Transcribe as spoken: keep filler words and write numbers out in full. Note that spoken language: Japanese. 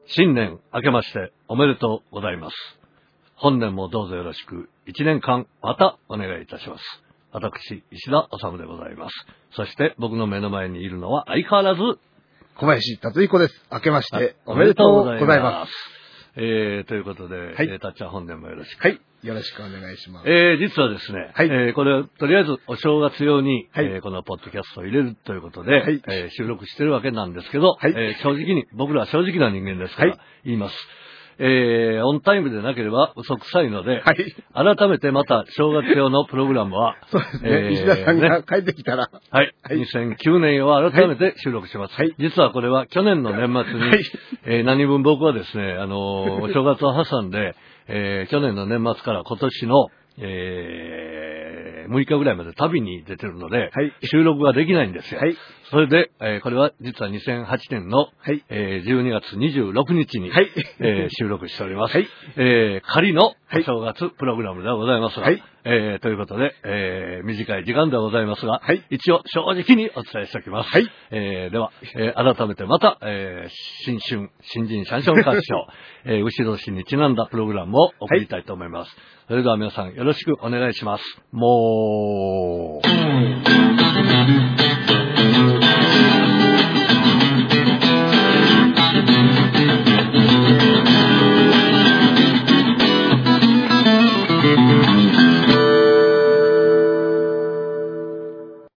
新年明けましておめでとうございます。本年もどうぞよろしく一年間またお願いいたします。私、石田治でございます。そして僕の目の前にいるのは相変わらず小林達彦です。明けましておめでとうございます。 えー、ということで、はい、えー、たっちゃん本年もよろしく。 はい。よろしくお願いします。 えー、実はですね、はい、えー、これ、とりあえずお正月用に、はい、えー、このポッドキャストを入れるということで、はい、えー、収録してるわけなんですけど、はい、えー、正直に、僕らは正直な人間ですから、はい、言います。えー、オンタイムでなければ嘘くさいので、はい、改めてまた正月用のプログラムは、 そうですね、えー、石田さんが帰ってきたら、 はい、はい、にせんきゅうねんを改めて収録します。はい、実はこれは去年の年末に、はい、えー、何分僕はですね、あのー、お正月を挟んで、えー、去年の年末から今年の、えー、むいかぐらいまで旅に出てるので、はい、収録ができないんですよ。はい、それで、えー、これは実はにせんはちねんの、はい、えー、じゅうにがつにじゅうろくにちに、はい、えー、収録しております。はい、えー、仮のお正月プログラムではございますが、はい、えー、ということで、えー、短い時間ではございますが、はい、一応正直にお伝えしておきます。はい、えー、では、えー、改めてまた、えー、新春、新人シャンション歌唱、えー、牛年にちなんだプログラムを送りたいと思います。はい、それでは皆さんよろしくお願いします。もう。